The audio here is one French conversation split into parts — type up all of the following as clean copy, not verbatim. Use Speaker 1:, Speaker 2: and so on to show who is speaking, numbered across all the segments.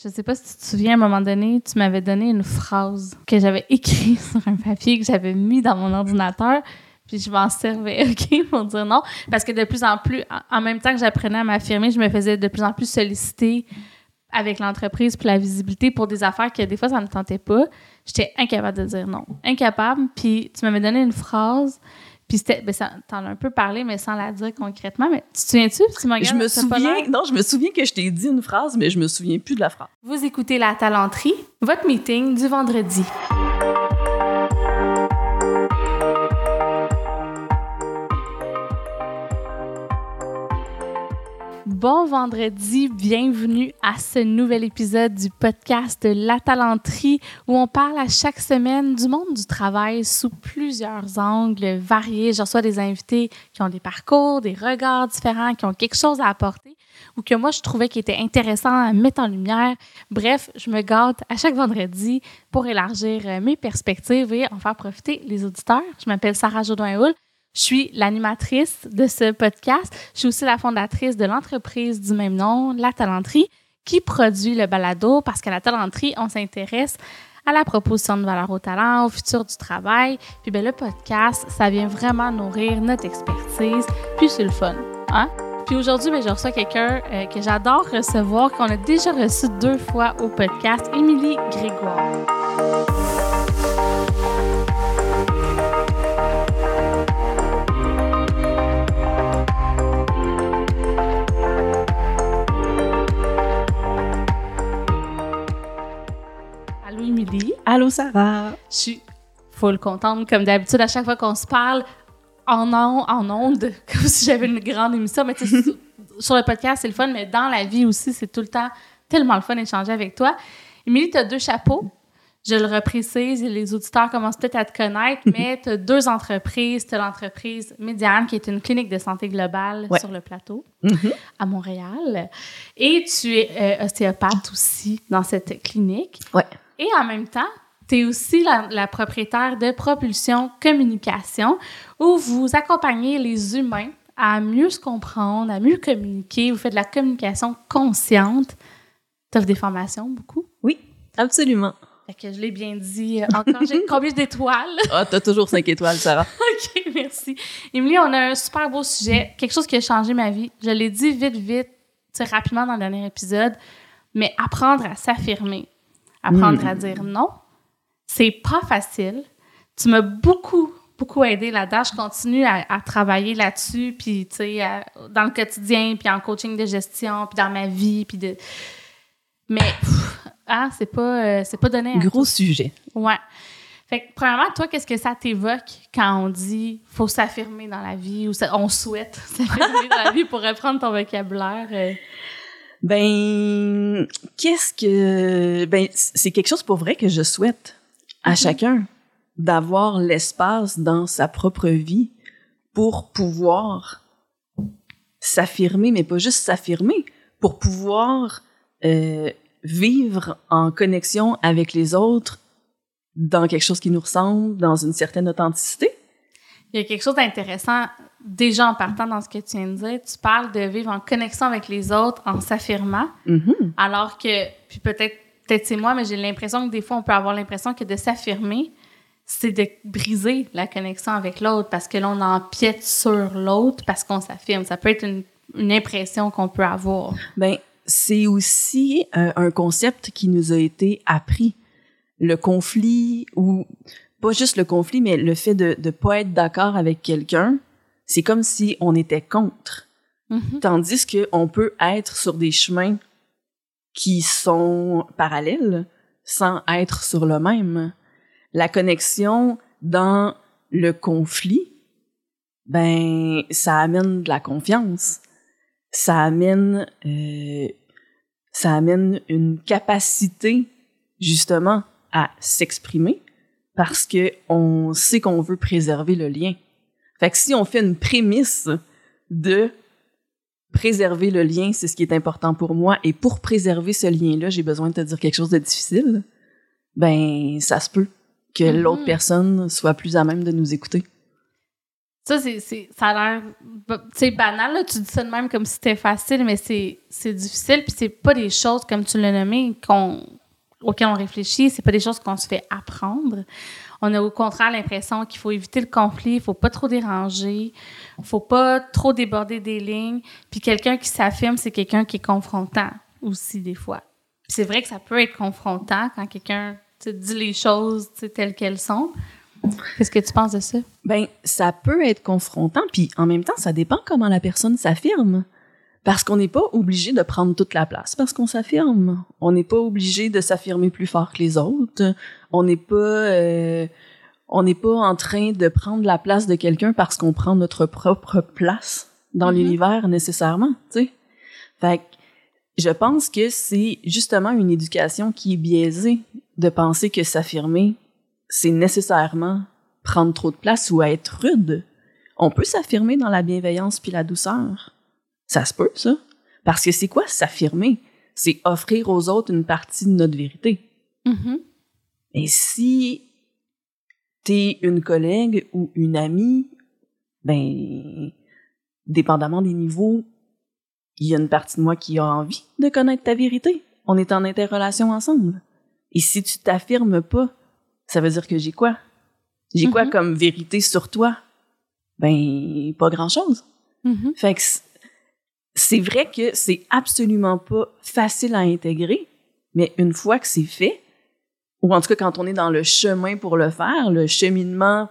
Speaker 1: Je sais pas si tu te souviens, à un moment donné, tu m'avais donné une phrase que j'avais écrite sur un papier que j'avais mis dans mon ordinateur, puis je m'en servais, OK, pour dire non. Parce que de plus en plus, en même temps que j'apprenais à m'affirmer, je me faisais de plus en plus solliciter avec l'entreprise pour la visibilité pour des affaires que des fois, ça ne me tentait pas. J'étais incapable de dire non. Incapable. Puis tu m'avais donné une phrase, puis c'était, t'en as un peu parlé, mais sans la dire concrètement. Mais tu te souviens-tu?
Speaker 2: Je me souviens que je t'ai dit une phrase, mais je me souviens plus de la phrase.
Speaker 1: Vous écoutez La Talenterie, votre meeting du vendredi. Bon vendredi, bienvenue à ce nouvel épisode du podcast La Talenterie où on parle à chaque semaine du monde du travail sous plusieurs angles variés. Je reçois des invités qui ont des parcours, des regards différents, qui ont quelque chose à apporter ou que moi je trouvais qui était intéressant à mettre en lumière. Bref, je me gâte à chaque vendredi pour élargir mes perspectives et en faire profiter les auditeurs. Je m'appelle Sarah Jodoin-Houle. Je suis l'animatrice de ce podcast. Je suis aussi la fondatrice de l'entreprise du même nom, La Talenterie, qui produit le balado parce qu'à La Talenterie, on s'intéresse à la proposition de valeur au talent, au futur du travail. Puis le podcast, ça vient vraiment nourrir notre expertise. Puis c'est le fun, hein? Puis aujourd'hui, je reçois quelqu'un que j'adore recevoir, qu'on a déjà reçu 2 fois au podcast, Émilie Grégoire. Allô, Émilie.
Speaker 2: Allô, Sarah.
Speaker 1: Je suis full contente, comme d'habitude, à chaque fois qu'on se parle en ondes, comme si j'avais une grande émission. Mais tu sais, sur le podcast, c'est le fun, mais dans la vie aussi, c'est tout le temps tellement le fun d'échanger avec toi. Émilie, tu as 2 chapeaux. Je le reprécise, les auditeurs commencent peut-être à te connaître, mais tu as 2 entreprises. Tu as l'entreprise Médiane, qui est une clinique de santé globale sur le plateau, à Montréal. Et tu es ostéopathe aussi dans cette clinique.
Speaker 2: Ouais.
Speaker 1: Et en même temps, tu es aussi la propriétaire de Propulsion Communication, où vous accompagnez les humains à mieux se comprendre, à mieux communiquer. Vous faites de la communication consciente. Tu offres des formations, beaucoup?
Speaker 2: Oui, absolument.
Speaker 1: Fait que je l'ai bien dit. Encore, j'ai combien d'étoiles?
Speaker 2: Ah, t'as toujours 5 étoiles, Sarah.
Speaker 1: OK, merci. Émilie, on a un super beau sujet, quelque chose qui a changé ma vie. Je l'ai dit vite, rapidement dans le dernier épisode, mais apprendre à s'affirmer, apprendre à dire non, c'est pas facile. Tu m'as beaucoup aidé là-dedans. Je continue à travailler là-dessus, puis tu sais, dans le quotidien, puis en coaching de gestion, puis dans ma vie, puis de... Mais, c'est pas donné.
Speaker 2: Gros sujet.
Speaker 1: Ouais. Fait que, premièrement, toi, qu'est-ce que ça t'évoque quand on dit « faut s'affirmer dans la vie » ou « on souhaite s'affirmer dans la vie » pour reprendre ton vocabulaire?
Speaker 2: C'est quelque chose pour vrai que je souhaite à chacun, d'avoir l'espace dans sa propre vie pour pouvoir s'affirmer, mais pas juste s'affirmer, pour pouvoir vivre en connexion avec les autres dans quelque chose qui nous ressemble, dans une certaine authenticité.
Speaker 1: Il y a quelque chose d'intéressant, déjà en partant dans ce que tu viens de dire, tu parles de vivre en connexion avec les autres, en s'affirmant, alors que, puis peut-être c'est moi, mais j'ai l'impression que des fois, on peut avoir l'impression que de s'affirmer, c'est de briser la connexion avec l'autre, parce que là, on empiète sur l'autre parce qu'on s'affirme. Ça peut être une impression qu'on peut avoir.
Speaker 2: Ben, c'est aussi un concept qui nous a été appris. Le conflit, ou pas juste le conflit, mais le fait de pas être d'accord avec quelqu'un, c'est comme si on était contre. Tandis qu'on peut être sur des chemins qui sont parallèles sans être sur le même. La connexion dans le conflit, ben, ça amène de la confiance. Ça amène une capacité, justement, à s'exprimer parce que on sait qu'on veut préserver le lien. Fait que si on fait une prémisse de préserver le lien, c'est ce qui est important pour moi, et pour préserver ce lien-là, j'ai besoin de te dire quelque chose de difficile, ben, ça se peut que l'autre personne soit plus à même de nous écouter.
Speaker 1: Ça, ça a l'air, c'est banal, là, tu dis ça de même comme si c'était facile, mais c'est difficile, puis c'est pas des choses, comme tu l'as nommé, auxquelles on réfléchit, c'est pas des choses qu'on se fait apprendre. On a au contraire l'impression qu'il faut éviter le conflit, il faut pas trop déranger, il faut pas trop déborder des lignes, puis quelqu'un qui s'affirme, c'est quelqu'un qui est confrontant aussi, des fois. Puis c'est vrai que ça peut être confrontant quand quelqu'un dit les choses telles qu'elles sont. Qu'est-ce que tu penses de ça?
Speaker 2: Ben, ça peut être confrontant, puis en même temps, ça dépend comment la personne s'affirme. Parce qu'on n'est pas obligé de prendre toute la place parce qu'on s'affirme. On n'est pas obligé de s'affirmer plus fort que les autres. On n'est pas en train de prendre la place de quelqu'un parce qu'on prend notre propre place dans l'univers nécessairement, tu sais. Fait que je pense que c'est justement une éducation qui est biaisée de penser que s'affirmer, c'est nécessairement prendre trop de place ou être rude. On peut s'affirmer dans la bienveillance puis la douceur. Ça se peut, ça. Parce que c'est quoi s'affirmer? C'est offrir aux autres une partie de notre vérité. Et si t'es une collègue ou une amie, ben, dépendamment des niveaux, il y a une partie de moi qui a envie de connaître ta vérité. On est en interrelation ensemble. Et si tu t'affirmes pas, ça veut dire que j'ai quoi? J'ai quoi comme vérité sur toi? Ben, pas grand-chose. Fait que c'est vrai que c'est absolument pas facile à intégrer, mais une fois que c'est fait, ou en tout cas quand on est dans le chemin pour le faire, le cheminement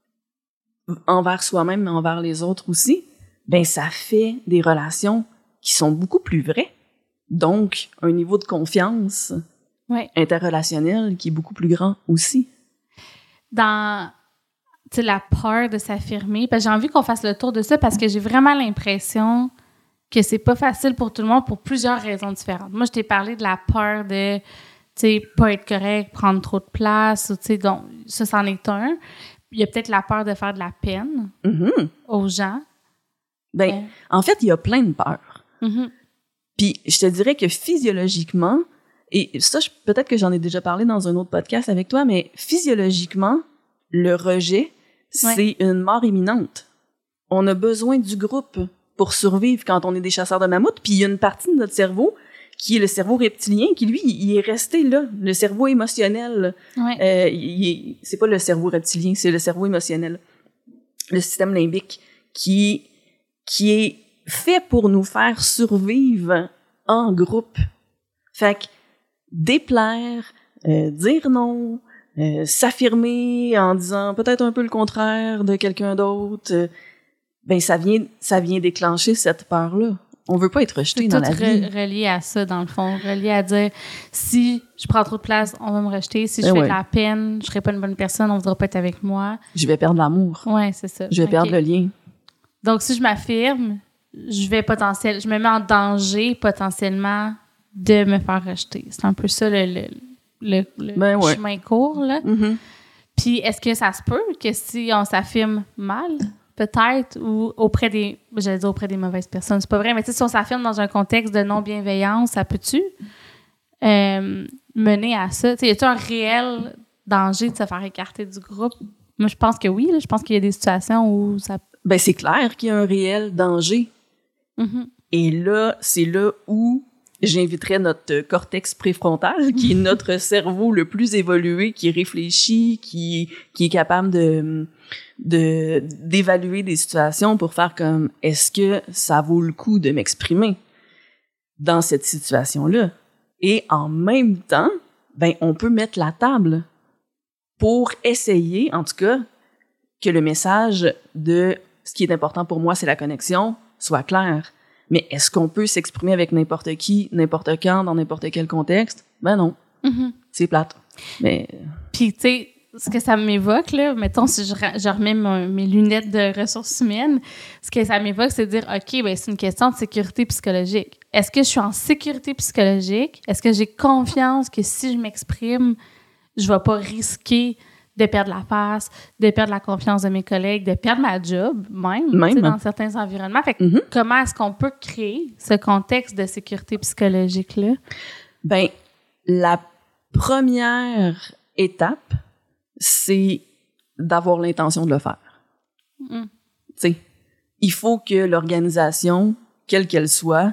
Speaker 2: envers soi-même mais envers les autres aussi, ben ça fait des relations qui sont beaucoup plus vraies. Donc, un niveau de confiance interrelationnel qui est beaucoup plus grand aussi.
Speaker 1: Dans la peur de s'affirmer, parce que j'ai envie qu'on fasse le tour de ça parce que j'ai vraiment l'impression que c'est pas facile pour tout le monde pour plusieurs raisons différentes. Moi, je t'ai parlé de la peur de, pas être correct, prendre trop de place, donc ça, c'en est un. Il y a peut-être la peur de faire de la peine aux gens.
Speaker 2: Ben, en fait, il y a plein de peurs. Puis, je te dirais que physiologiquement, et ça, peut-être que j'en ai déjà parlé dans un autre podcast avec toi, mais physiologiquement, le rejet, c'est une mort imminente. On a besoin du groupe pour survivre quand on est des chasseurs de mammouths. Puis il y a une partie de notre cerveau qui est le cerveau reptilien, qui lui, il est resté là, le cerveau émotionnel. C'est pas le cerveau reptilien, c'est le cerveau émotionnel, le système limbique, qui est fait pour nous faire survivre en groupe. Fait que déplaire, dire non, s'affirmer en disant peut-être un peu le contraire de quelqu'un d'autre, ben ça vient déclencher cette peur-là. On veut pas être rejeté dans la vie.
Speaker 1: C'est tout relié à ça, dans le fond. Relié à dire, si je prends trop de place, on va me rejeter. Si je fais de la peine, je serai pas une bonne personne, on voudra pas être avec moi.
Speaker 2: Je vais perdre l'amour.
Speaker 1: Ouais, c'est ça.
Speaker 2: Je vais perdre le lien.
Speaker 1: Donc, si je m'affirme, je me mets en danger potentiellement de me faire rejeter. C'est un peu ça le chemin court, là. Puis, est-ce que ça se peut que si on s'affirme mal, peut-être, ou auprès des mauvaises personnes, c'est pas vrai, mais si on s'affirme dans un contexte de non-bienveillance, ça peut-tu mener à ça? Y a-t-il un réel danger de se faire écarter du groupe? Moi, je pense que oui. Là, je pense qu'il y a des situations où ça...
Speaker 2: Ben, c'est clair qu'il y a un réel danger. Et là, c'est là où j'inviterais notre cortex préfrontal, qui est notre cerveau le plus évolué, qui réfléchit, qui est capable d'évaluer des situations pour faire comme, est-ce que ça vaut le coup de m'exprimer dans cette situation-là? Et en même temps, ben, on peut mettre la table pour essayer, en tout cas, que le message de ce qui est important pour moi, c'est la connexion, soit clair. Mais est-ce qu'on peut s'exprimer avec n'importe qui, n'importe quand, dans n'importe quel contexte? Ben non. C'est plate. Mais...
Speaker 1: Puis, tu sais, ce que ça m'évoque, là, mettons, si je remets mes lunettes de ressources humaines, ce que ça m'évoque, c'est de dire, OK, ben c'est une question de sécurité psychologique. Est-ce que je suis en sécurité psychologique? Est-ce que j'ai confiance que si je m'exprime, je vais pas risquer de perdre la face, de perdre la confiance de mes collègues, de perdre ma job, même. Dans certains environnements. Fait que comment est-ce qu'on peut créer ce contexte de sécurité psychologique-là?
Speaker 2: Ben, la première étape, c'est d'avoir l'intention de le faire. sais, il faut que l'organisation, quelle qu'elle soit,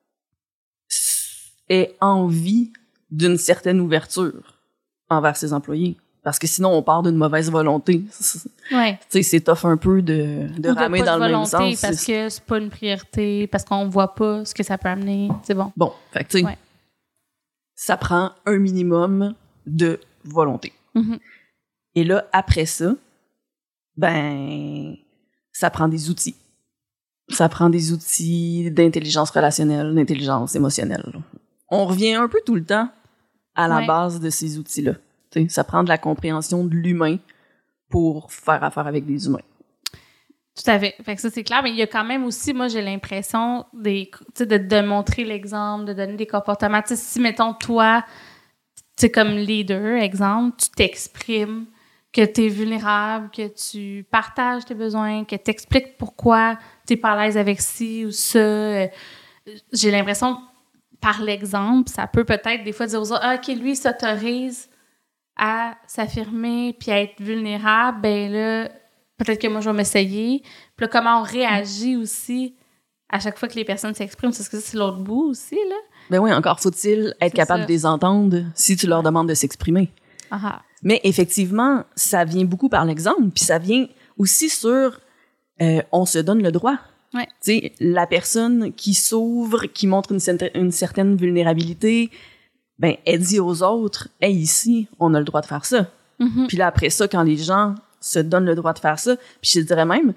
Speaker 2: ait envie d'une certaine ouverture envers ses employés. Parce que sinon, on part d'une mauvaise volonté.
Speaker 1: Ouais.
Speaker 2: Tu sais, c'est tough un peu de ramer dans le même sens.
Speaker 1: Parce que c'est pas une priorité, parce qu'on voit pas ce que ça peut amener. C'est bon.
Speaker 2: Bon, fait que tu sais, ça prend un minimum de volonté.
Speaker 1: Mm-hmm.
Speaker 2: Et là, après ça, ben, ça prend des outils. Ça prend des outils d'intelligence relationnelle, d'intelligence émotionnelle. On revient un peu tout le temps à la base de ces outils-là. T'sais, ça prend de la compréhension de l'humain pour faire affaire avec des humains.
Speaker 1: Tout à fait. Fait que ça, c'est clair. Mais il y a quand même aussi, moi, j'ai l'impression de montrer l'exemple, de donner des comportements. T'sais, si, mettons, toi, tu comme leader, exemple, tu t'exprimes, que tu es vulnérable, que tu partages tes besoins, que tu expliques pourquoi tu n'es pas à l'aise avec ci ou ça. J'ai l'impression, par l'exemple, ça peut peut-être des fois dire aux autres, OK, lui, il s'autorise à s'affirmer puis à être vulnérable, ben là, peut-être que moi, je vais m'essayer. Puis là, comment on réagit aussi à chaque fois que les personnes s'expriment, parce que c'est l'autre bout aussi, là.
Speaker 2: Ben oui, encore faut-il être capable de les entendre si tu leur demandes de s'exprimer.
Speaker 1: Aha.
Speaker 2: Mais effectivement, ça vient beaucoup par l'exemple, puis ça vient aussi sur on se donne le droit.
Speaker 1: Ouais.
Speaker 2: Tu sais, la personne qui s'ouvre, qui montre une certaine vulnérabilité, ben elle dit aux autres, hey, ici, on a le droit de faire ça.
Speaker 1: Mm-hmm.
Speaker 2: Puis là, après ça, quand les gens se donnent le droit de faire ça, puis je dirais même,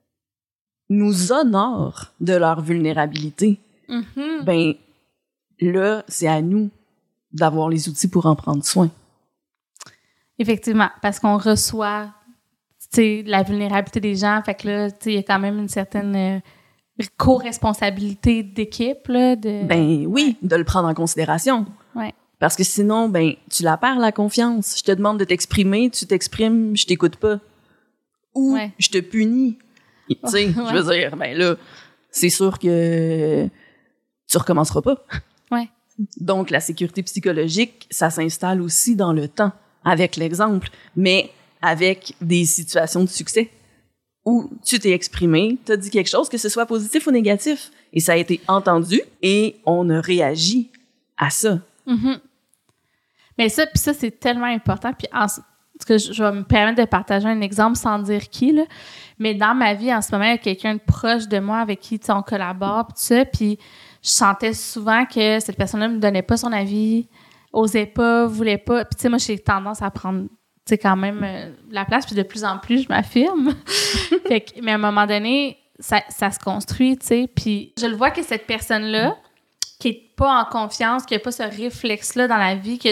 Speaker 2: nous honorent de leur vulnérabilité, ben là, c'est à nous d'avoir les outils pour en prendre soin.
Speaker 1: Effectivement, parce qu'on reçoit, la vulnérabilité des gens, fait que là, il y a quand même une certaine co-responsabilité d'équipe, là,
Speaker 2: Ben oui, de le prendre en considération.
Speaker 1: Ouais.
Speaker 2: Parce que sinon, ben, tu la perds, la confiance. Je te demande de t'exprimer, tu t'exprimes, je t'écoute pas. Ou je te punis. Tu sais, je veux dire, ben là, c'est sûr que tu recommenceras pas.
Speaker 1: Ouais.
Speaker 2: Donc, la sécurité psychologique, ça s'installe aussi dans le temps, avec l'exemple, mais avec des situations de succès où tu t'es exprimé, tu as dit quelque chose, que ce soit positif ou négatif, et ça a été entendu, et on a réagi à ça.
Speaker 1: Mm-hmm. Mais ça, puis ça, c'est tellement important. Puis en tout cas, je vais me permettre de partager un exemple sans dire qui, là. Mais dans ma vie, en ce moment, il y a quelqu'un de proche de moi avec qui on collabore, puis tout ça, puis je sentais souvent que cette personne-là me donnait pas son avis, osait pas, voulait pas. Puis tu sais, moi, j'ai tendance à prendre, tu sais, quand même la place, puis de plus en plus, je m'affirme. Mais à un moment donné, ça se construit, tu sais. Puis je le vois que cette personne-là, qui est pas en confiance, qui a pas ce réflexe-là dans la vie, qui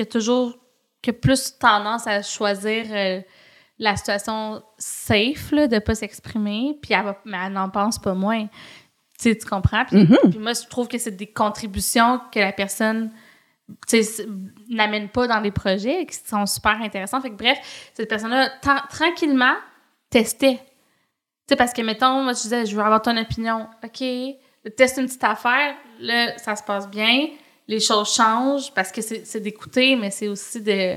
Speaker 1: a plus tendance à choisir la situation safe, là, de pas s'exprimer, puis mais elle n'en pense pas moins. Tu comprends? Puis moi, je trouve que c'est des contributions que la personne n'amène pas dans des projets qui sont super intéressants. Fait que bref, cette personne-là, tranquillement, testait. Tu sais, parce que, mettons, moi, je disais, je veux avoir ton opinion. OK, teste une petite affaire, là, ça se passe bien, les choses changent, parce que c'est d'écouter, mais c'est aussi de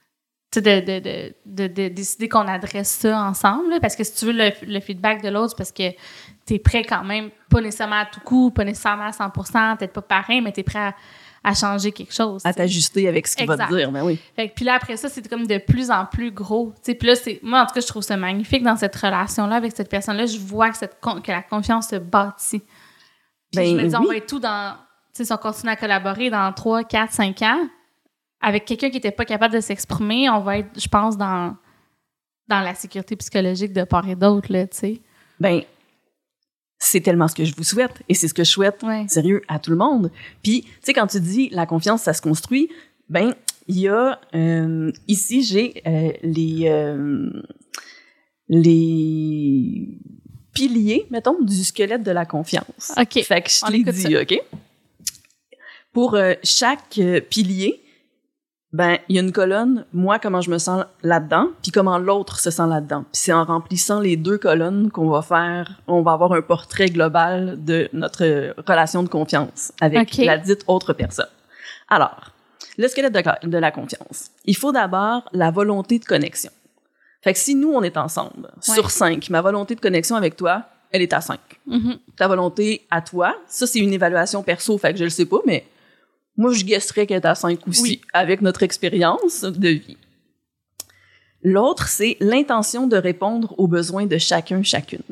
Speaker 1: décider qu'on adresse ça ensemble, là, parce que si tu veux le feedback de l'autre, c'est parce que t'es prêt quand même, pas nécessairement à tout coup, pas nécessairement à 100%, peut-être pas pareil, mais t'es prêt à changer quelque chose.
Speaker 2: À t'ajuster avec ce qu'il va te dire, ben oui.
Speaker 1: Fait que, puis là, après ça, c'est comme de plus en plus gros. Puis là, moi, en tout cas, je trouve ça magnifique dans cette relation-là, avec cette personne-là. Je vois que la confiance se bâtit. Puis je me dis, on va être tout dans... Tu sais, si on continue à collaborer dans 3, 4, 5 ans, avec quelqu'un qui n'était pas capable de s'exprimer, on va être, je pense, dans la sécurité psychologique de part et d'autre, là, tu sais.
Speaker 2: Ben, c'est tellement ce que je vous souhaite, et c'est ce que je souhaite, sérieux, à tout le monde. Puis, tu sais, quand tu dis la confiance, ça se construit, ben, il y a, ici, j'ai les piliers, mettons, du squelette de la confiance.
Speaker 1: OK.
Speaker 2: Fait que je te l'ai dit, OK? Pour chaque pilier, ben, il y a une colonne, moi, comment je me sens là-dedans, puis comment l'autre se sent là-dedans. Puis c'est en remplissant les deux colonnes qu'on va avoir un portrait global de notre relation de confiance avec la dite autre personne. Alors, le squelette de la confiance. Il faut d'abord la volonté de connexion. Fait que si nous, on est ensemble, sur 5, ma volonté de connexion avec toi, elle est à 5. Ta volonté à toi, ça, c'est une évaluation perso, fait que je le sais pas, mais moi, je guesserais qu'elle est à 5 aussi, avec notre expérience de vie. L'autre, c'est l'intention de répondre aux besoins de chacun, chacune.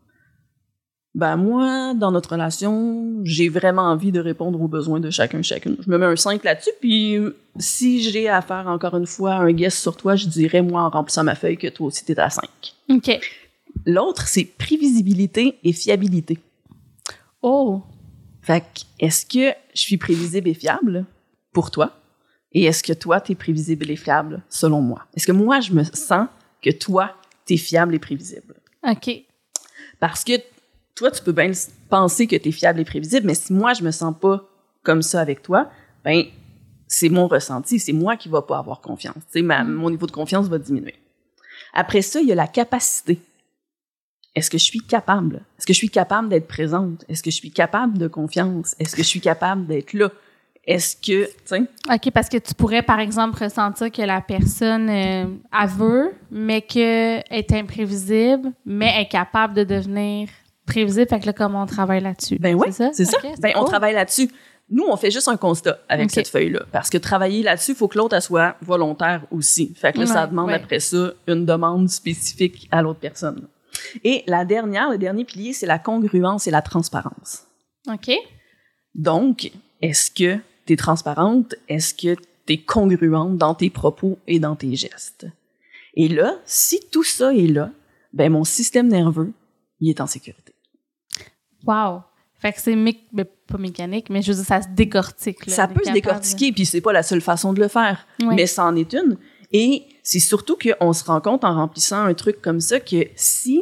Speaker 2: Ben moi, dans notre relation, j'ai vraiment envie de répondre aux besoins de chacun, chacune. Je me mets un 5 là-dessus, puis si j'ai à faire encore une fois un guess sur toi, je dirais, moi, en remplissant ma feuille, que toi aussi, t'es à 5.
Speaker 1: OK.
Speaker 2: L'autre, c'est prévisibilité et fiabilité.
Speaker 1: Oh!
Speaker 2: Fait que, est-ce que je suis prévisible et fiable pour toi? Et est-ce que toi, t'es prévisible et fiable selon moi? Est-ce que moi, je me sens que toi, t'es fiable et prévisible?
Speaker 1: OK.
Speaker 2: Parce que toi, tu peux bien penser que t'es fiable et prévisible, mais si moi, je me sens pas comme ça avec toi, ben c'est mon ressenti, c'est moi qui va pas avoir confiance. Tu sais, mon niveau de confiance va diminuer. Après ça, il y a la capacité. Est-ce que je suis capable? Est-ce que je suis capable d'être présente? Est-ce que je suis capable de confiance? Est-ce que je suis capable d'être là? Est-ce que, tu sais...
Speaker 1: OK, parce que tu pourrais, par exemple, ressentir que la personne, elle veut, mais qu'elle est imprévisible, mais est capable de devenir prévisible. Fait que là, comment on travaille là-dessus?
Speaker 2: Ben oui, c'est ça.
Speaker 1: Okay,
Speaker 2: ben, on travaille là-dessus. Nous, on fait juste un constat avec cette feuille-là. Parce que travailler là-dessus, il faut que l'autre elle soit volontaire aussi. Fait que là, ça demande après ça une demande spécifique à l'autre personne. Et le dernier pilier, c'est la congruence et la transparence.
Speaker 1: OK.
Speaker 2: Donc, est-ce que tu es transparente? Est-ce que tu es congruente dans tes propos et dans tes gestes? Et là, si tout ça est là, ben mon système nerveux, il est en sécurité.
Speaker 1: Wow! Fait que c'est pas mécanique, mais je veux dire, ça se décortique. Là,
Speaker 2: ça peut se décortiquer, puis c'est pas la seule façon de le faire, mais ça en est une. Et c'est surtout qu'on se rend compte en remplissant un truc comme ça que si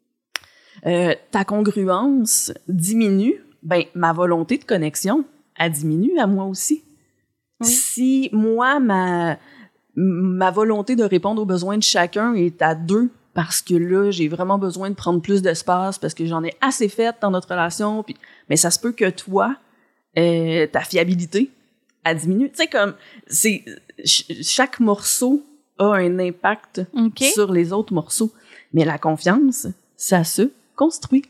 Speaker 2: ta congruence diminue, ben ma volonté de connexion, elle diminue à moi aussi. Oui. Si moi, ma volonté de répondre aux besoins de chacun est à 2, parce que là, j'ai vraiment besoin de prendre plus d'espace parce que j'en ai assez fait dans notre relation, puis mais ça se peut que toi, ta fiabilité, elle diminue. Tu sais, comme, chaque morceau a un impact sur les autres morceaux. Mais la confiance, ça se construit.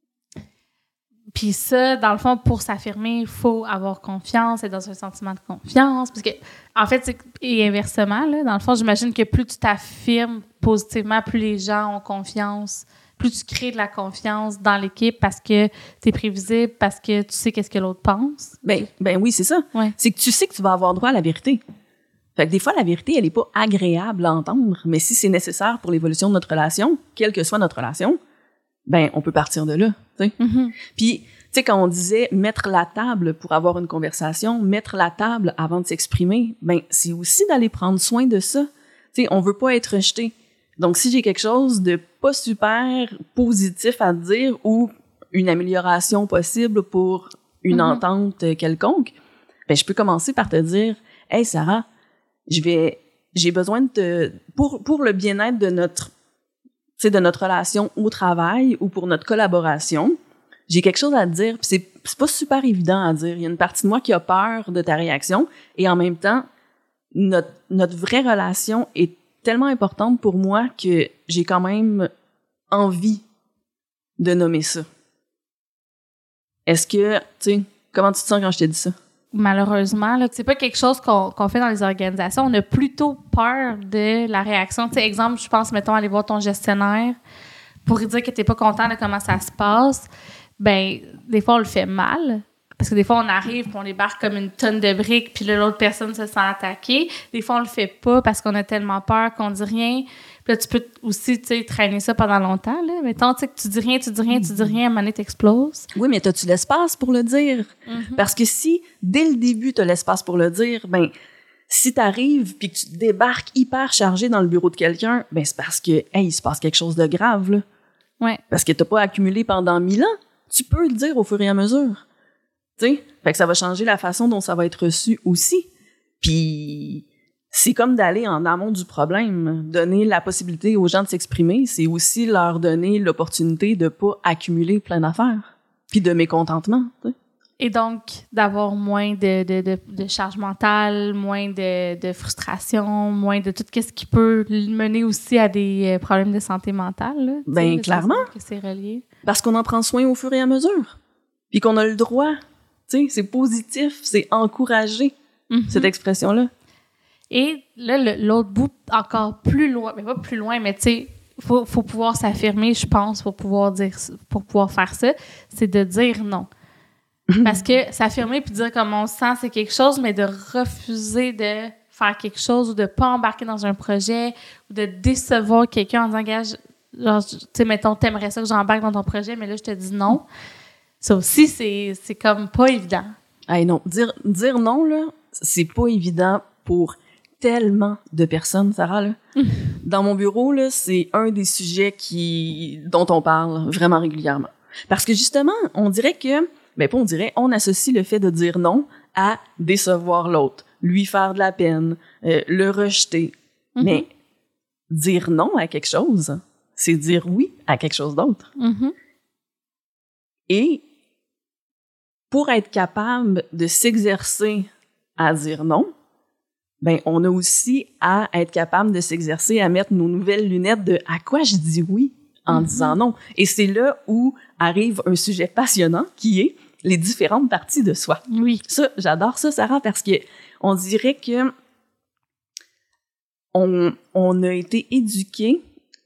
Speaker 1: Puis ça, dans le fond, pour s'affirmer, il faut avoir confiance, être dans un sentiment de confiance. Parce que, en fait, et inversement, là, dans le fond, j'imagine que plus tu t'affirmes positivement, plus les gens ont confiance, plus tu crées de la confiance dans l'équipe parce que tu es prévisible, parce que tu sais qu'est-ce que l'autre pense.
Speaker 2: Ben oui, c'est ça.
Speaker 1: Ouais.
Speaker 2: C'est que tu sais que tu vas avoir droit à la vérité. Fait que des fois, la vérité, elle est pas agréable à entendre, mais si c'est nécessaire pour l'évolution de notre relation, quelle que soit notre relation, ben on peut partir de là, tu sais.
Speaker 1: Mm-hmm.
Speaker 2: Puis, tu sais, quand on disait mettre la table pour avoir une conversation, mettre la table avant de s'exprimer, ben c'est aussi d'aller prendre soin de ça. Tu sais, on veut pas être rejeté. Donc, si j'ai quelque chose de pas super positif à dire ou une amélioration possible pour une entente quelconque, ben je peux commencer par te dire, hey Sarah, j'ai besoin de pour le bien-être de notre relation au travail ou pour notre collaboration, j'ai quelque chose à te dire, puis c'est pas super évident à dire. Il y a une partie de moi qui a peur de ta réaction et en même temps, notre vraie relation est tellement importante pour moi que j'ai quand même envie de nommer ça. Est-ce que, tu sais, comment tu te sens quand je t'ai dit ça?
Speaker 1: Malheureusement, là, c'est pas quelque chose qu'on fait dans les organisations. On a plutôt peur de la réaction. Tu sais, exemple, je pense, mettons, aller voir ton gestionnaire pour lui dire que t'es pas content de comment ça se passe. Ben, des fois, on le fait mal. Parce que des fois, on arrive puis on débarque comme une tonne de briques puis là, l'autre personne se sent attaquée. Des fois, on le fait pas parce qu'on a tellement peur qu'on dit rien. Puis là, tu peux aussi, tu sais, traîner ça pendant longtemps, là. Mettons, tu sais, que tu dis rien, à un moment donné, t'exploses.
Speaker 2: Oui, mais t'as-tu l'espace pour le dire? Mm-hmm. Parce que si, dès le début, t'as l'espace pour le dire, ben, si t'arrives puis que tu débarques hyper chargé dans le bureau de quelqu'un, ben, c'est parce que, hey, il se passe quelque chose de grave, là.
Speaker 1: Ouais.
Speaker 2: Parce que t'as pas accumulé pendant 1000 ans. Tu peux le dire au fur et à mesure. Tu sais? Fait que ça va changer la façon dont ça va être reçu aussi. Puis c'est comme d'aller en amont du problème. Donner la possibilité aux gens de s'exprimer, c'est aussi leur donner l'opportunité de pas accumuler plein d'affaires. Puis de mécontentement, tu sais.
Speaker 1: Et donc, d'avoir moins de charge mentale, moins de frustration, moins de tout ce qui peut mener aussi à des problèmes de santé mentale. Là,
Speaker 2: ben, clairement.
Speaker 1: Que c'est relié.
Speaker 2: Parce qu'on en prend soin au fur et à mesure. Puis qu'on a le droit. Tu sais, c'est positif, c'est encouragé, cette expression-là. Et
Speaker 1: là, l'autre bout, encore plus loin, mais pas plus loin, mais tu sais, faut pouvoir s'affirmer, je pense, pour pouvoir faire ça, c'est de dire non. Parce que s'affirmer puis dire comme on se sent, c'est quelque chose, mais de refuser de faire quelque chose ou de pas embarquer dans un projet ou de décevoir quelqu'un en disant, gars, genre, tu sais, mettons, t'aimerais ça que j'embarque dans ton projet, mais là, je te dis non. Ça aussi, c'est comme pas évident.
Speaker 2: Hey non, dire non, là, c'est pas évident pour tellement de personnes, Sarah, là. Dans mon bureau, là, c'est un des sujets dont on parle vraiment régulièrement. Parce que justement, on dirait que, ben pas on dirait, on associe le fait de dire non à décevoir l'autre, lui faire de la peine, le rejeter. Mais dire non à quelque chose, c'est dire oui à quelque chose d'autre. Et pour être capable de s'exercer à dire non, ben on a aussi à être capable de s'exercer à mettre nos nouvelles lunettes de à quoi je dis oui en disant non. Et c'est là où arrive un sujet passionnant qui est les différentes parties de soi.
Speaker 1: Oui.
Speaker 2: Ça, j'adore ça, Sarah, parce que on dirait que on a été éduqués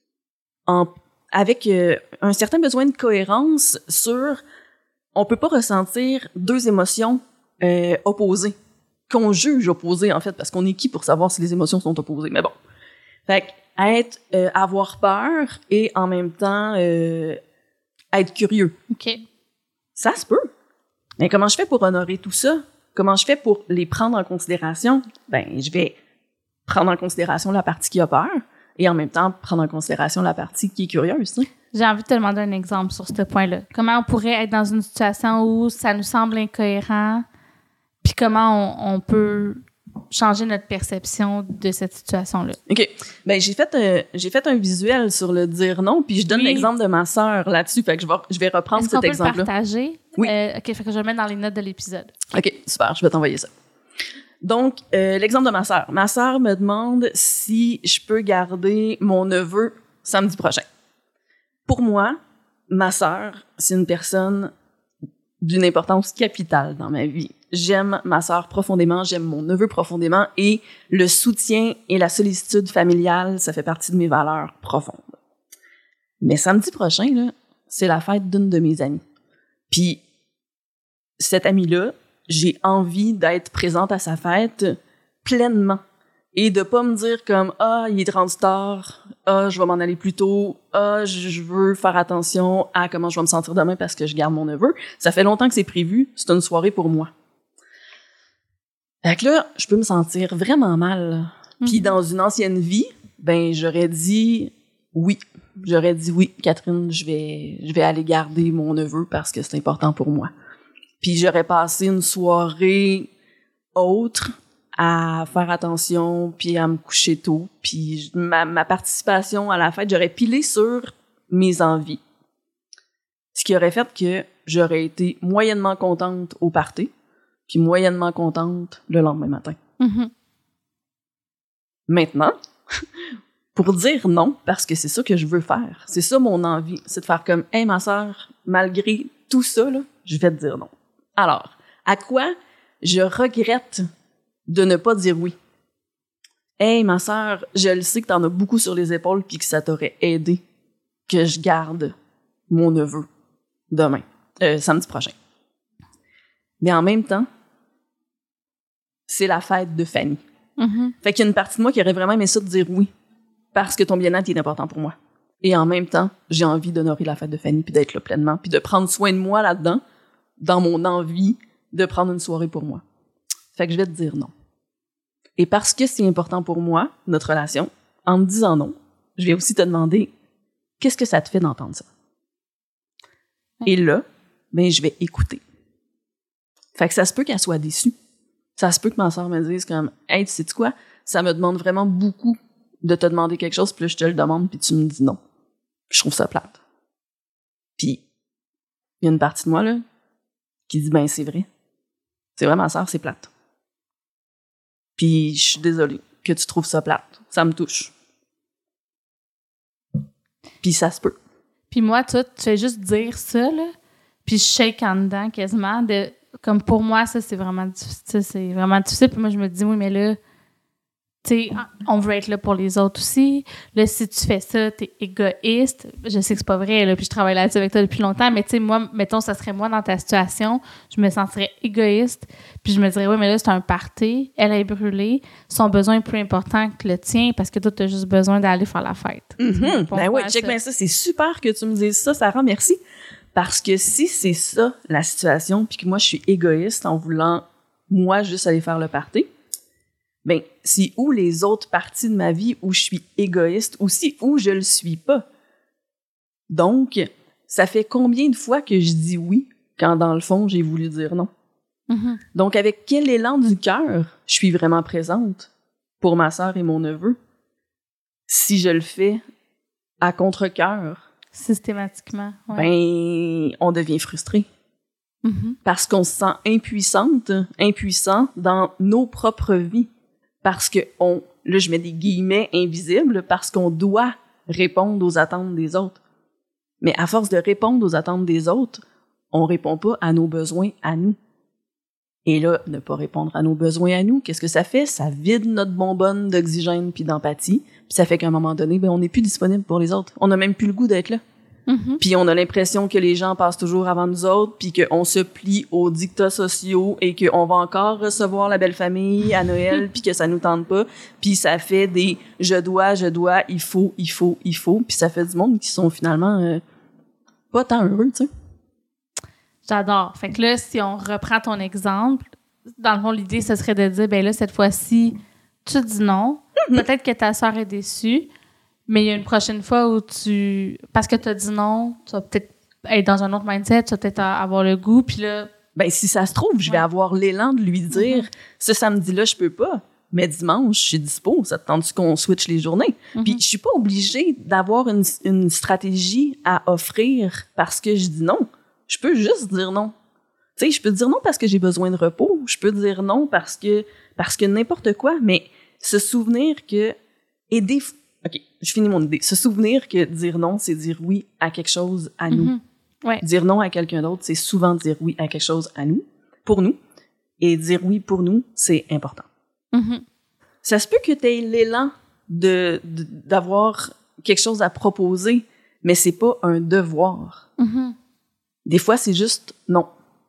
Speaker 2: avec un certain besoin de cohérence sur on peut pas ressentir deux émotions opposées, qu'on juge opposées, en fait, parce qu'on est qui pour savoir si les émotions sont opposées? Mais bon. Fait que avoir peur et en même temps être curieux.
Speaker 1: OK.
Speaker 2: Ça se peut. Mais comment je fais pour honorer tout ça? Comment je fais pour les prendre en considération? Ben, je vais prendre en considération la partie qui a peur et en même temps prendre en considération la partie qui est curieuse. Hein?
Speaker 1: J'ai envie de te demander un exemple sur ce point-là. Comment on pourrait être dans une situation où ça nous semble incohérent, puis comment on peut changer notre perception de cette situation-là.
Speaker 2: OK. Ben j'ai fait un visuel sur le dire non, puis je donne l'exemple de ma sœur là-dessus, fait que je vais reprendre cet exemple-là.
Speaker 1: Est-ce qu'on peut le partager?
Speaker 2: Oui.
Speaker 1: OK, fait que je vais le mettre dans les notes de l'épisode.
Speaker 2: OK, super, je vais t'envoyer ça. Donc, l'exemple de ma sœur. Ma sœur me demande si je peux garder mon neveu samedi prochain. Pour moi, ma sœur, c'est une personne d'une importance capitale dans ma vie. J'aime ma sœur profondément, j'aime mon neveu profondément et le soutien et la sollicitude familiale, ça fait partie de mes valeurs profondes. Mais samedi prochain, là, c'est la fête d'une de mes amies. Puis, cette amie-là, j'ai envie d'être présente à sa fête pleinement et de pas me dire comme « Ah, il est rendu tard. Ah, je vais m'en aller plus tôt. Ah, je veux faire attention à comment je vais me sentir demain parce que je garde mon neveu. » Ça fait longtemps que c'est prévu. C'est une soirée pour moi. Fait que là, je peux me sentir vraiment mal. Puis dans une ancienne vie, ben j'aurais dit oui. J'aurais dit oui, Catherine, je vais aller garder mon neveu parce que c'est important pour moi. Puis j'aurais passé une soirée autre à faire attention, puis à me coucher tôt. Puis ma participation à la fête, j'aurais pilé sur mes envies. Ce qui aurait fait que j'aurais été moyennement contente au party, puis moyennement contente le lendemain matin. Maintenant, pour dire non, parce que c'est ça que je veux faire, c'est ça mon envie, c'est de faire comme « Hey, ma sœur, malgré tout ça, là, je vais te dire non. » Alors, à quoi je regrette de ne pas dire oui? Hey, ma sœur, je le sais que t'en as beaucoup sur les épaules puis que ça t'aurait aidé que je garde mon neveu demain, samedi prochain. Mais en même temps, c'est la fête de Fanny. Fait qu'il y a une partie de moi qui aurait vraiment aimé ça de dire oui parce que ton bien-être est important pour moi. Et en même temps, j'ai envie d'honorer la fête de Fanny puis d'être là pleinement puis de prendre soin de moi là-dedans dans mon envie de prendre une soirée pour moi. Fait que je vais te dire non. Et parce que c'est important pour moi, notre relation, en me disant non, je vais aussi te demander qu'est-ce que ça te fait d'entendre ça? Et là, ben, je vais écouter. Fait que ça se peut qu'elle soit déçue. Ça se peut que ma sœur me dise comme « Hey, tu sais-tu quoi? Ça me demande vraiment beaucoup de te demander quelque chose, puis là, je te le demande, puis tu me dis non. » Je trouve ça plate. Puis, il y a une partie de moi, là, qui dit, ben c'est vrai. C'est vrai, ma sœur, c'est plate. Puis je suis désolée que tu trouves ça plate. Ça me touche. Puis ça se peut.
Speaker 1: Puis moi, tu fais juste dire ça, là, puis je shake en dedans quasiment. Comme pour moi, ça, c'est vraiment difficile. Puis moi, je me dis, oui, mais là, tu sais, on veut être là pour les autres aussi. Là, si tu fais ça, t'es égoïste. Je sais que c'est pas vrai, là, puis je travaille là-dessus avec toi depuis longtemps, mais tu sais, moi, mettons, ça serait moi dans ta situation, je me sentirais égoïste, puis je me dirais, oui, mais là, c'est un party, elle est brûlée, son besoin est plus important que le tien, parce que toi, t'as juste besoin d'aller faire la fête.
Speaker 2: Ben oui, check bien ça. C'est super que tu me dises ça, Sarah, merci. Parce que si c'est ça, la situation, puis que moi, je suis égoïste en voulant, moi, juste aller faire le party, ben, c'est où les autres parties de ma vie où je suis égoïste, aussi où je le suis pas. Donc, ça fait combien de fois que je dis oui quand, dans le fond, j'ai voulu dire non? Donc, avec quel élan du cœur je suis vraiment présente pour ma sœur et mon neveu si je le fais à contre-cœur?
Speaker 1: Systématiquement, ouais.
Speaker 2: Ben, on devient frustré. Parce qu'on se sent impuissant dans nos propres vies. Parce que là je mets des guillemets invisibles, parce qu'on doit répondre aux attentes des autres. Mais à force de répondre aux attentes des autres, on répond pas à nos besoins à nous. Et là, ne pas répondre à nos besoins à nous, qu'est-ce que ça fait? Ça vide notre bonbonne d'oxygène puis d'empathie, puis ça fait qu'à un moment donné, ben on n'est plus disponible pour les autres. On n'a même plus le goût d'être là. Puis on a l'impression que les gens passent toujours avant nous autres, puis qu'on se plie aux dictats sociaux et qu'on va encore recevoir la belle famille à Noël, puis que ça nous tente pas. Puis ça fait des « je dois, il faut », puis ça fait du monde qui sont finalement pas tant heureux, tu sais.
Speaker 1: J'adore. Fait que là, si on reprend ton exemple, dans le fond, l'idée, ce serait de dire, ben là, cette fois-ci, tu dis non. Peut-être que ta sœur est déçue, mais il y a une prochaine fois où parce que tu as dit non, tu vas peut-être être dans un autre mindset, tu vas peut-être avoir le goût, puis là...
Speaker 2: Ben, si ça se trouve, je vais avoir l'élan de lui dire ce samedi-là, je peux pas, mais dimanche, je suis dispo. Ça te tente qu'on switch les journées? Puis je suis pas obligée d'avoir une stratégie à offrir parce que je dis non. Je peux juste dire non. Tu sais, je peux dire non parce que j'ai besoin de repos. Je peux dire non parce que n'importe quoi, mais se souvenir que OK, je finis mon idée. Se souvenir que dire non, c'est dire oui à quelque chose à nous.
Speaker 1: Ouais.
Speaker 2: Dire non à quelqu'un d'autre, c'est souvent dire oui à quelque chose à nous, pour nous. Et dire oui pour nous, c'est important. Ça se peut que tu aies l'élan d'avoir quelque chose à proposer, mais c'est pas un devoir. Des fois, c'est juste non.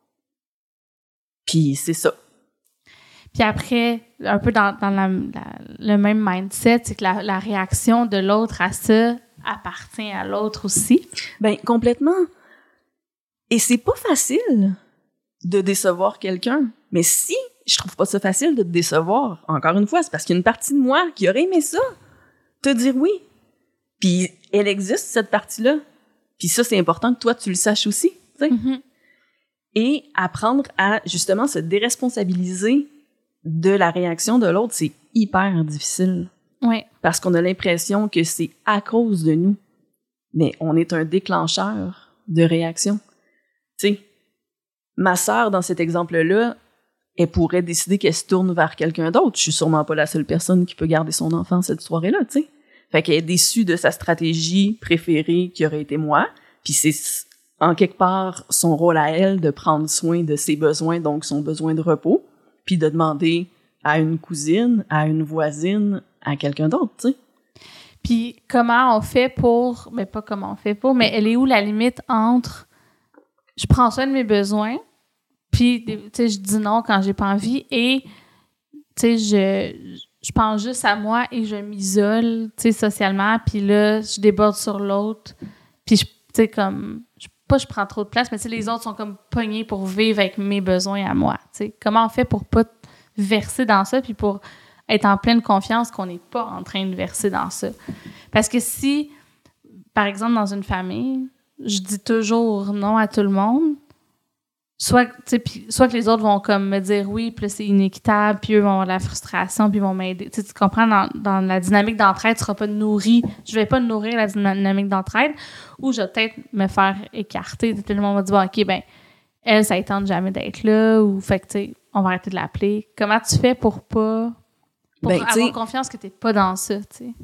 Speaker 2: Puis c'est ça.
Speaker 1: Puis après, un peu dans le même mindset, c'est que la réaction de l'autre à ça appartient à l'autre aussi.
Speaker 2: Ben complètement. Et c'est pas facile de décevoir quelqu'un. Mais si je trouve pas ça facile de te décevoir, encore une fois, c'est parce qu'il y a une partie de moi qui aurait aimé ça, te dire oui. Puis elle existe, cette partie-là. Puis ça, c'est important que toi, tu le saches aussi. Tu sais. Et apprendre à, justement, se déresponsabiliser de la réaction de l'autre, c'est hyper difficile.
Speaker 1: Oui.
Speaker 2: Parce qu'on a l'impression que c'est à cause de nous. Mais on est un déclencheur de réaction. Tu sais, ma sœur, dans cet exemple-là, elle pourrait décider qu'elle se tourne vers quelqu'un d'autre. Je suis sûrement pas la seule personne qui peut garder son enfant cette soirée-là, tu sais. Fait qu'elle est déçue de sa stratégie préférée qui aurait été moi. Puis c'est, en quelque part, son rôle à elle de prendre soin de ses besoins, donc son besoin de repos, puis de demander à une cousine, à une voisine, à quelqu'un d'autre, tu sais.
Speaker 1: Puis comment on fait pour... Mais pas comment on fait pour, mais elle est où la limite entre je prends soin de mes besoins, puis tu sais, je dis non quand j'ai pas envie, et tu sais, je pense juste à moi et je m'isole, tu sais, socialement, puis là, je déborde sur l'autre, puis tu sais, comme... je prends trop de place, mais tu sais, les autres sont comme pognés pour vivre avec mes besoins à moi, tu sais. Comment on fait pour pas verser dans ça, puis pour être en pleine confiance qu'on n'est pas en train de verser dans ça? Parce que si, par exemple, dans une famille, je dis toujours non à tout le monde, soit que les autres vont comme me dire oui, puis là, c'est inéquitable, puis eux vont avoir de la frustration, puis ils vont m'aider. Tu comprends, dans la dynamique d'entraide, tu seras pas nourri. Je vais pas nourrir la dynamique d'entraide, ou je vais peut-être me faire écarter. Tout le monde va dire, bon, OK, ben elle, ça ne tente jamais d'être là, ou fait que, tu sais, on va arrêter de l'appeler. Comment tu fais pour avoir confiance que tu n'es pas dans ça, tu sais?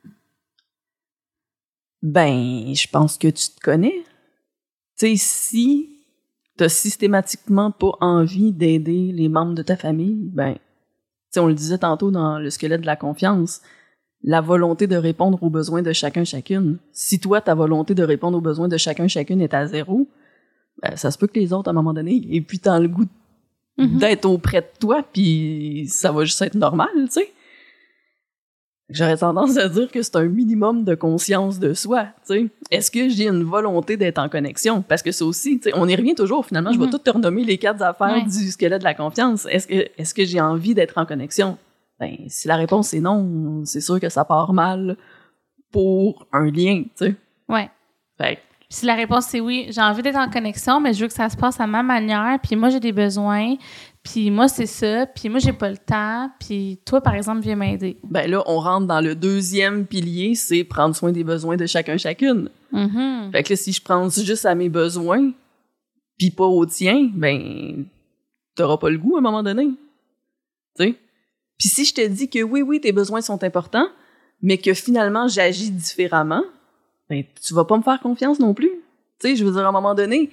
Speaker 2: Ben, je pense que tu te connais. Tu sais, si t'as systématiquement pas envie d'aider les membres de ta famille, ben, tu sais, on le disait tantôt dans le squelette de la confiance, la volonté de répondre aux besoins de chacun, chacune. Si toi, ta volonté de répondre aux besoins de chacun, chacune est à 0, ben, ça se peut que les autres, à un moment donné, aient plus tant le goût d'être auprès de toi, puis ça va juste être normal, tu sais. J'aurais tendance à dire que c'est un minimum de conscience de soi, tu sais. Est-ce que j'ai une volonté d'être en connexion? Parce que ça aussi, tu sais, on y revient toujours, finalement, je vais tout te renommer les 4 affaires du squelette de la confiance. Est-ce que j'ai envie d'être en connexion? Ben, si la réponse est non, c'est sûr que ça part mal pour un lien, tu sais.
Speaker 1: Ouais.
Speaker 2: Fait que,
Speaker 1: si la réponse c'est oui, j'ai envie d'être en connexion, mais je veux que ça se passe à ma manière, puis moi j'ai des besoins, puis moi c'est ça, puis moi j'ai pas le temps, puis toi par exemple viens m'aider.
Speaker 2: Ben là, on rentre dans le deuxième pilier, c'est prendre soin des besoins de chacun chacune. Fait que là, si je pense juste à mes besoins, puis pas aux tiens, ben t'auras pas le goût à un moment donné. Tu sais? Puis si je te dis que oui, tes besoins sont importants, mais que finalement j'agis différemment, ben, tu vas pas me faire confiance non plus. Tu sais, je veux dire, à un moment donné,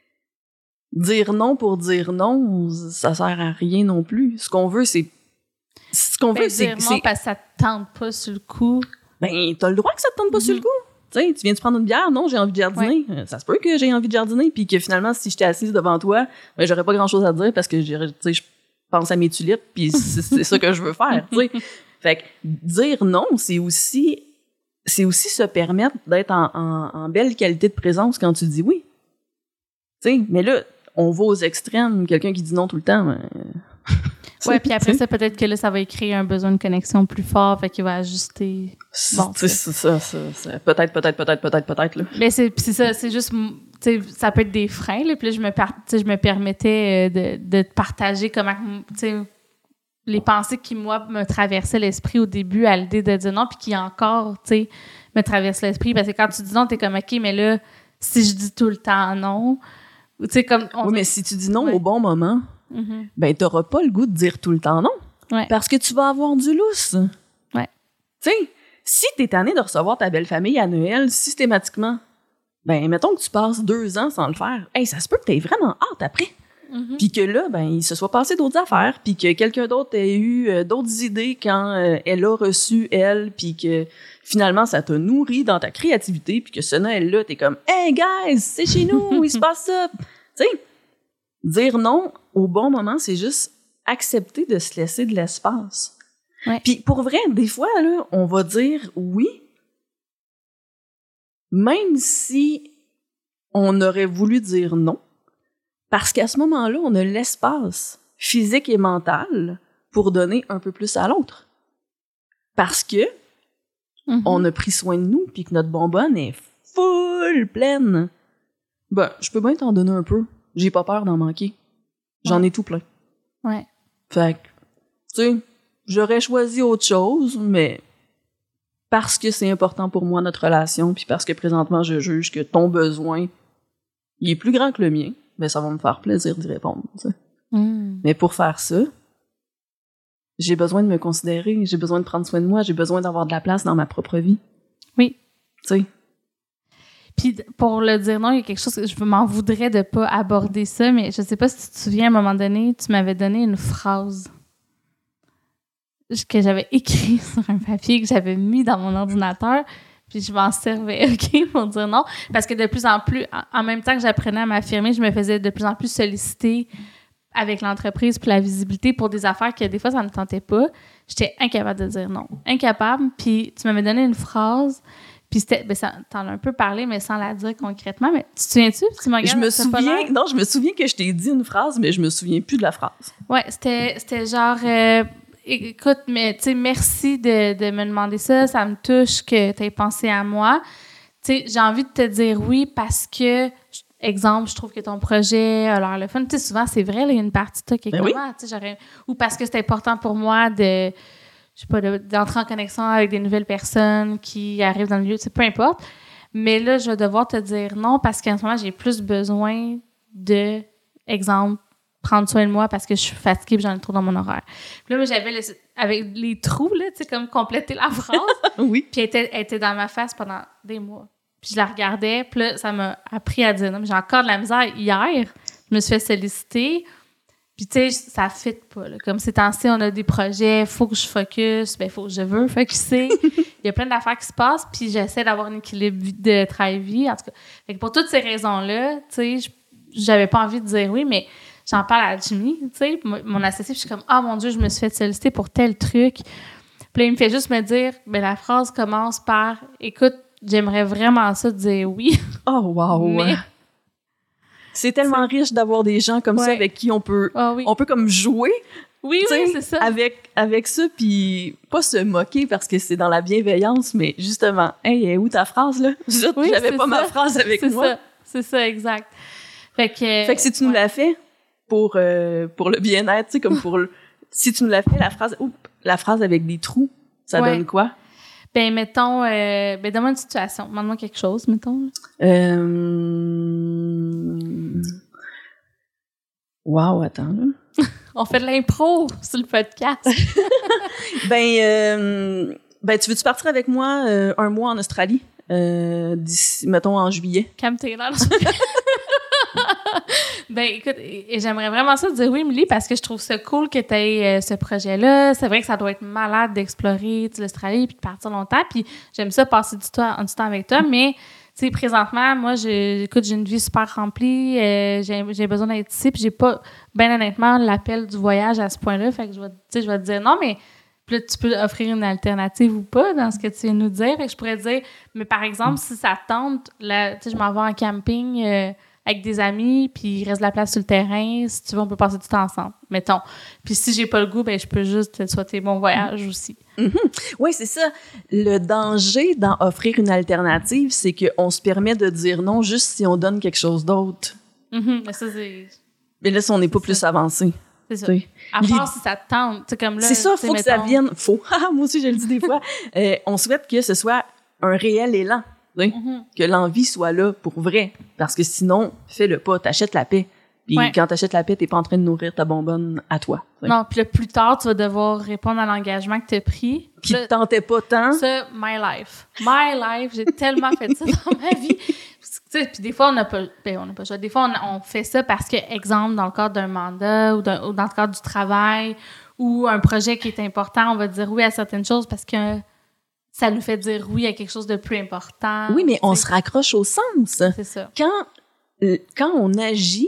Speaker 2: dire non pour dire non, ça sert à rien non plus. Ce qu'on veut, c'est...
Speaker 1: dire non parce que ça te tente pas sur le coup.
Speaker 2: Ben, t'as le droit que ça te tente pas sur le coup. Tu sais, tu viens de prendre une bière? Non, j'ai envie de jardiner. Ça se peut que j'ai envie de jardiner, puis que finalement, si j'étais assise devant toi, ben, j'aurais pas grand-chose à te dire parce que, tu sais, je pense à mes tulipes, puis c'est ça que je veux faire, tu sais. Fait que dire non, c'est aussi se permettre d'être en belle qualité de présence quand tu dis oui. Tu sais, mais là, on va aux extrêmes. Quelqu'un qui dit non tout le temps.
Speaker 1: Ouais, puis après ça, peut-être que là, ça va créer un besoin de connexion plus fort, fait qu'il va ajuster. Bon,
Speaker 2: c'est ça. Peut-être, là.
Speaker 1: Mais c'est ça, c'est juste, tu sais, ça peut être des freins, là, puis là, je me permettais de te partager comment, tu sais, les pensées qui, moi, me traversaient l'esprit au début à l'idée de dire non, puis qui encore, tu sais, me traversent l'esprit. Parce que quand tu dis non, t'es comme, OK, mais là, si je dis tout le temps non, tu sais, comme...
Speaker 2: Oui, mais si tu dis non au bon moment, ben, t'auras pas le goût de dire tout le temps non.
Speaker 1: Ouais.
Speaker 2: Parce que tu vas avoir du lousse.
Speaker 1: Ouais.
Speaker 2: Tu sais, si t'es tanné de recevoir ta belle famille à Noël systématiquement, ben, mettons que tu passes 2 ans sans le faire, hey, ça se peut que t'aies vraiment hâte après. Puis que là, ben, il se soit passé d'autres affaires, puis que quelqu'un d'autre ait eu d'autres idées quand elle a reçu, elle, puis que finalement, ça t'a nourri dans ta créativité, puis que ce Noël-là, t'es comme « Hey, guys, c'est chez nous, il se passe ça! » Tu sais, dire non au bon moment, c'est juste accepter de se laisser de l'espace.
Speaker 1: Ouais.
Speaker 2: Puis pour vrai, des fois, là, on va dire oui, même si on aurait voulu dire non, parce qu'à ce moment-là, on a l'espace physique et mental pour donner un peu plus à l'autre. Parce que on a pris soin de nous puis que notre bonbonne est full pleine. Ben, je peux bien t'en donner un peu. J'ai pas peur d'en manquer. J'en ai tout plein.
Speaker 1: Ouais.
Speaker 2: Fait que, tu sais, j'aurais choisi autre chose, mais parce que c'est important pour moi, notre relation, puis parce que présentement, je juge que ton besoin, il est plus grand que le mien, ben ça va me faire plaisir d'y répondre, tu sais. Mais pour faire ça, j'ai besoin de me considérer, j'ai besoin de prendre soin de moi, j'ai besoin d'avoir de la place dans ma propre vie.
Speaker 1: Oui.
Speaker 2: Tu sais.
Speaker 1: Puis pour le dire non, il y a quelque chose que je m'en voudrais de pas aborder ça, mais je sais pas si tu te souviens, à un moment donné, tu m'avais donné une phrase que j'avais écrite sur un papier que j'avais mis dans mon ordinateur, puis je m'en servais, OK, pour dire non. Parce que de plus en plus, en même temps que j'apprenais à m'affirmer, je me faisais de plus en plus solliciter avec l'entreprise pour la visibilité pour des affaires que des fois, ça me tentait pas. J'étais incapable de dire non. Incapable. Puis tu m'avais donné une phrase, puis c'était, ben ça, t'en as un peu parlé, mais sans la dire concrètement. Mais tu te souviens-tu?
Speaker 2: Je me souviens que je t'ai dit une phrase, mais je me souviens plus de la phrase.
Speaker 1: Ouais, c'était genre... écoute, mais tu sais, merci de me demander ça. Ça me touche que tu aies pensé à moi. Tu sais, j'ai envie de te dire oui parce que, exemple, je trouve que ton projet a l'air le fun. Tu sais, souvent, c'est vrai, il y a une partie de toi qui est comment, tu sais, ou parce que c'est important pour moi de, je sais pas, d'entrer en connexion avec des nouvelles personnes qui arrivent dans le lieu, tu sais, peu importe. Mais là, je vais devoir te dire non parce qu'en ce moment, j'ai plus besoin de exemple, prendre soin de moi parce que je suis fatiguée et j'en ai trop dans mon horaire. Puis là, moi, j'avais avec les trous, là, tu sais, comme compléter la phrase.
Speaker 2: Oui.
Speaker 1: Puis elle était dans ma face pendant des mois. Puis je la regardais, puis là, ça m'a appris à dire non, mais j'ai encore de la misère. Hier, je me suis fait solliciter, puis tu sais, ça fit pas, là. Comme ces temps-ci, on a des projets, faut que je focus, je veux focuser. Il y a plein d'affaires qui se passent, puis j'essaie d'avoir un équilibre de travail-vie, en tout cas. Fait que pour toutes ces raisons-là, tu sais, j'avais pas envie de dire oui, mais j'en parle à Jimmy, tu sais, mon associé, puis je suis comme « Ah, mon Dieu, je me suis fait solliciter pour tel truc. » Puis là, il me fait juste me dire, la phrase commence par « Écoute, j'aimerais vraiment ça te dire oui. »
Speaker 2: Oh, wow!
Speaker 1: Mais
Speaker 2: c'est tellement riche d'avoir des gens comme ça avec qui on peut comme jouer.
Speaker 1: Oui, c'est ça.
Speaker 2: Avec ça, puis pas se moquer parce que c'est dans la bienveillance, mais justement, « Hey, où ta phrase, là? » J'avais pas ma phrase avec moi.
Speaker 1: C'est ça, exact. Fait que
Speaker 2: si tu nous l'as fait pour le bien-être, tu sais, comme si tu nous l'as fait, la phrase avec des trous, ça donne quoi?
Speaker 1: Ben, mettons, donne-moi une situation. Demande-moi quelque chose, mettons.
Speaker 2: Wow, attends, là.
Speaker 1: On fait de l'impro sur le podcast.
Speaker 2: Tu veux-tu partir avec moi un mois en Australie? D'ici, mettons, en juillet.
Speaker 1: Calme tes là. Ben, écoute, j'aimerais vraiment ça te dire oui, Émilie, parce que je trouve ça cool que tu aies ce projet-là. C'est vrai que ça doit être malade d'explorer l'Australie puis de partir longtemps. Puis j'aime ça passer du temps avec toi, mais tu sais, présentement, moi, j'ai une vie super remplie. J'ai besoin d'être ici, puis j'ai pas, ben honnêtement, l'appel du voyage à ce point-là. Fait que je vais te dire non, mais puis là, tu peux offrir une alternative ou pas dans ce que tu viens de nous dire. Et je pourrais te dire, mais par exemple, si ça tente, là, tu sais, je m'en vais en camping avec des amis, puis il reste de la place sur le terrain. Si tu veux, on peut passer du temps ensemble, mettons. Puis si j'ai pas le goût, ben je peux juste te souhaiter bon voyage aussi.
Speaker 2: Mm-hmm. Oui, c'est ça. Le danger d'en offrir une alternative, c'est qu'on se permet de dire non juste si on donne quelque chose d'autre.
Speaker 1: Mm-hmm. Mais ça, c'est...
Speaker 2: Mais là, si on n'est pas plus avancé.
Speaker 1: C'est ça. À part si ça te tente. Comme là,
Speaker 2: c'est ça, faut que ça vienne. Faut. Moi aussi, je le dis des fois. On souhaite que ce soit un réel élan. Que l'envie soit là pour vrai. Parce que sinon, fais-le pas. T'achètes la paix. Puis quand t'achètes la paix, t'es pas en train de nourrir ta bonbonne à toi.
Speaker 1: Non, puis plus tard, tu vas devoir répondre à l'engagement que t'as pris.
Speaker 2: Qui te tentait pas tant.
Speaker 1: Ça, my life. My life. J'ai tellement fait ça dans ma vie. Puis des fois, on n'a pas le choix. Des fois, on fait ça parce que, exemple, dans le cadre d'un mandat ou dans le cadre du travail ou un projet qui est important, on va dire oui à certaines choses parce que ça nous fait dire oui à quelque chose de plus important.
Speaker 2: Oui, mais on se raccroche au sens.
Speaker 1: C'est ça.
Speaker 2: Quand on agit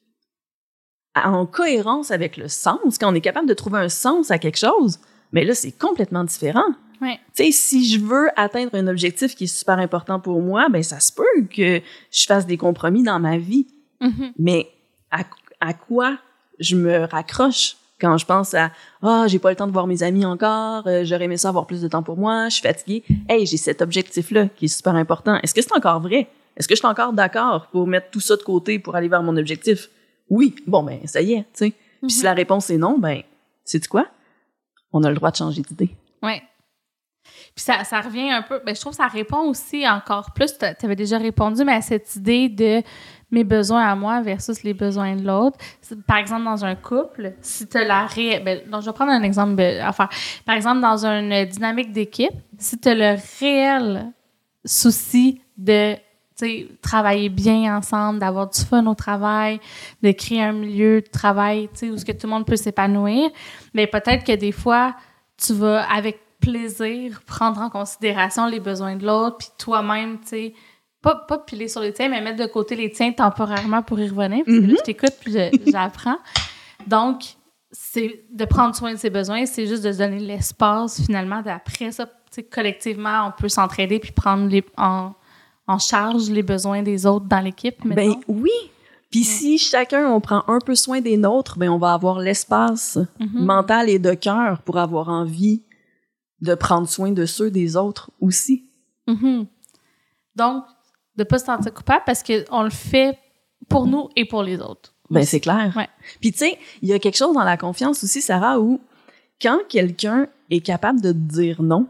Speaker 2: en cohérence avec le sens, quand on est capable de trouver un sens à quelque chose, mais là, c'est complètement différent.
Speaker 1: Ouais.
Speaker 2: Tu sais, si je veux atteindre un objectif qui est super important pour moi, ben ça se peut que je fasse des compromis dans ma vie.
Speaker 1: Mm-hmm.
Speaker 2: Mais à quoi je me raccroche quand je pense à j'ai pas le temps de voir mes amis encore, j'aurais aimé ça avoir plus de temps pour moi, je suis fatiguée. Hey, j'ai cet objectif-là qui est super important. Est-ce que c'est encore vrai? Est-ce que je suis encore d'accord pour mettre tout ça de côté pour aller vers mon objectif? Oui. Bon, ben ça y est, tu sais. Puis si la réponse est non, ben sais-tu quoi? On a le droit de changer d'idée.
Speaker 1: Ouais. Puis ça revient un peu... Ben, je trouve que ça répond aussi encore plus... Tu avais déjà répondu, mais à cette idée de mes besoins à moi versus les besoins de l'autre. Par exemple, dans un couple, si tu as la donc, je vais prendre un exemple à faire. Par exemple, dans une dynamique d'équipe, si tu as le réel souci de travailler bien ensemble, d'avoir du fun au travail, de créer un milieu de travail où ce que tout le monde peut s'épanouir, mais peut-être que des fois, tu vas avec plaisir prendre en considération les besoins de l'autre, puis toi-même, tu sais, pas piler sur les tiens, mais mettre de côté les tiens temporairement pour y revenir, parce que là, je t'écoute puis j'apprends. Donc, c'est de prendre soin de ses besoins, c'est juste de se donner l'espace, finalement, d'après ça, collectivement, on peut s'entraider puis prendre en charge les besoins des autres dans l'équipe, mettons.
Speaker 2: Ben oui! Puis si chacun, on prend un peu soin des nôtres, ben on va avoir l'espace mental et de cœur pour avoir envie de prendre soin de ceux des autres aussi.
Speaker 1: Mm-hmm. Donc, de ne pas se sentir coupable parce qu'on le fait pour nous et pour les autres.
Speaker 2: Ben c'est clair.
Speaker 1: Ouais.
Speaker 2: Puis tu sais, il y a quelque chose dans la confiance aussi, Sarah, où quand quelqu'un est capable de te dire non,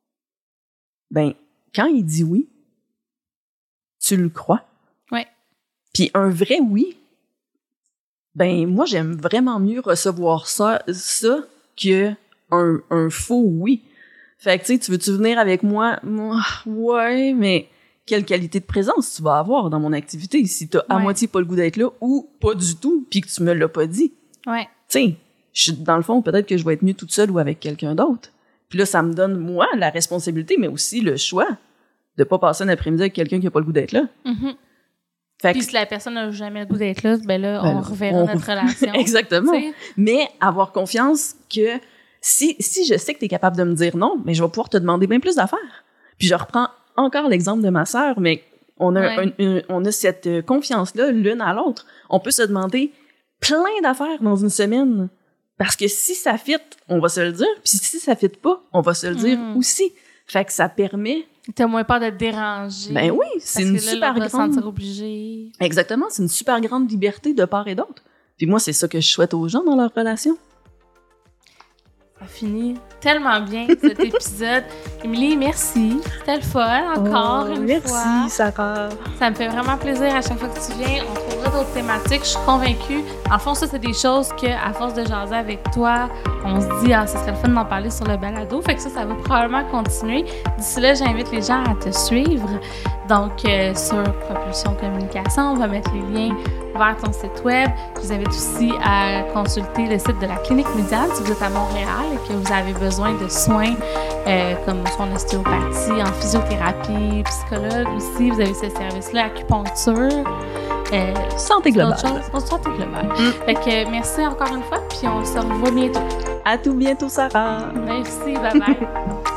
Speaker 2: ben quand il dit oui, tu le crois.
Speaker 1: Ouais.
Speaker 2: Puis un vrai oui, ben moi, j'aime vraiment mieux recevoir ça que un faux oui. Fait que, tu sais, tu veux-tu venir avec moi? Ouais, mais quelle qualité de présence tu vas avoir dans mon activité si t'as à moitié pas le goût d'être là ou pas du tout, puis que tu me l'as pas dit?
Speaker 1: Ouais.
Speaker 2: Tu sais, dans le fond, peut-être que je vais être mieux toute seule ou avec quelqu'un d'autre. Puis là, ça me donne, moi, la responsabilité, mais aussi le choix de pas passer un après-midi avec quelqu'un qui a pas le goût d'être là.
Speaker 1: Mm-hmm.
Speaker 2: Fait
Speaker 1: puis
Speaker 2: que,
Speaker 1: si la personne n'a jamais le goût d'être là, ben là, on reverra notre relation.
Speaker 2: Exactement.
Speaker 1: T'sais?
Speaker 2: Mais avoir confiance que si je sais que tu es capable de me dire non, mais je vais pouvoir te demander bien plus d'affaires. Puis je reprends encore l'exemple de ma sœur, mais on a cette confiance-là l'une à l'autre. On peut se demander plein d'affaires dans une semaine. Parce que si ça fit, on va se le dire. Puis si ça fit pas, on va se le dire aussi. Fait que ça permet...
Speaker 1: T'as moins peur de te déranger.
Speaker 2: Ben oui, c'est une super grande...
Speaker 1: se sentir obligé.
Speaker 2: Exactement, c'est une super grande liberté de part et d'autre. Puis moi, c'est ça que je souhaite aux gens dans leur relation.
Speaker 1: Ça finit tellement bien, cet épisode. Émilie, merci. C'était le fun, encore une fois.
Speaker 2: Merci, Sarah.
Speaker 1: Ça me fait vraiment plaisir à chaque fois que tu viens. On trouvera d'autres thématiques, je suis convaincue. En fond, ça, c'est des choses qu'à force de jaser avec toi, on se dit, ce serait le fun d'en parler sur le balado. Fait que ça va probablement continuer. D'ici là, j'invite les gens à te suivre. Donc, sur Propulsion Communication, on va mettre les liens vers ton site web. Je vous invite aussi à consulter le site de la Clinique Médiane si vous êtes à Montréal et que vous avez besoin de soins comme soins en ostéopathie, en physiothérapie, psychologue aussi. Vous avez ce service-là, acupuncture.
Speaker 2: Santé globale.
Speaker 1: Santé globale. Fait que merci encore une fois, puis on se revoit bientôt.
Speaker 2: À tout bientôt, Sarah.
Speaker 1: Merci, bye bye.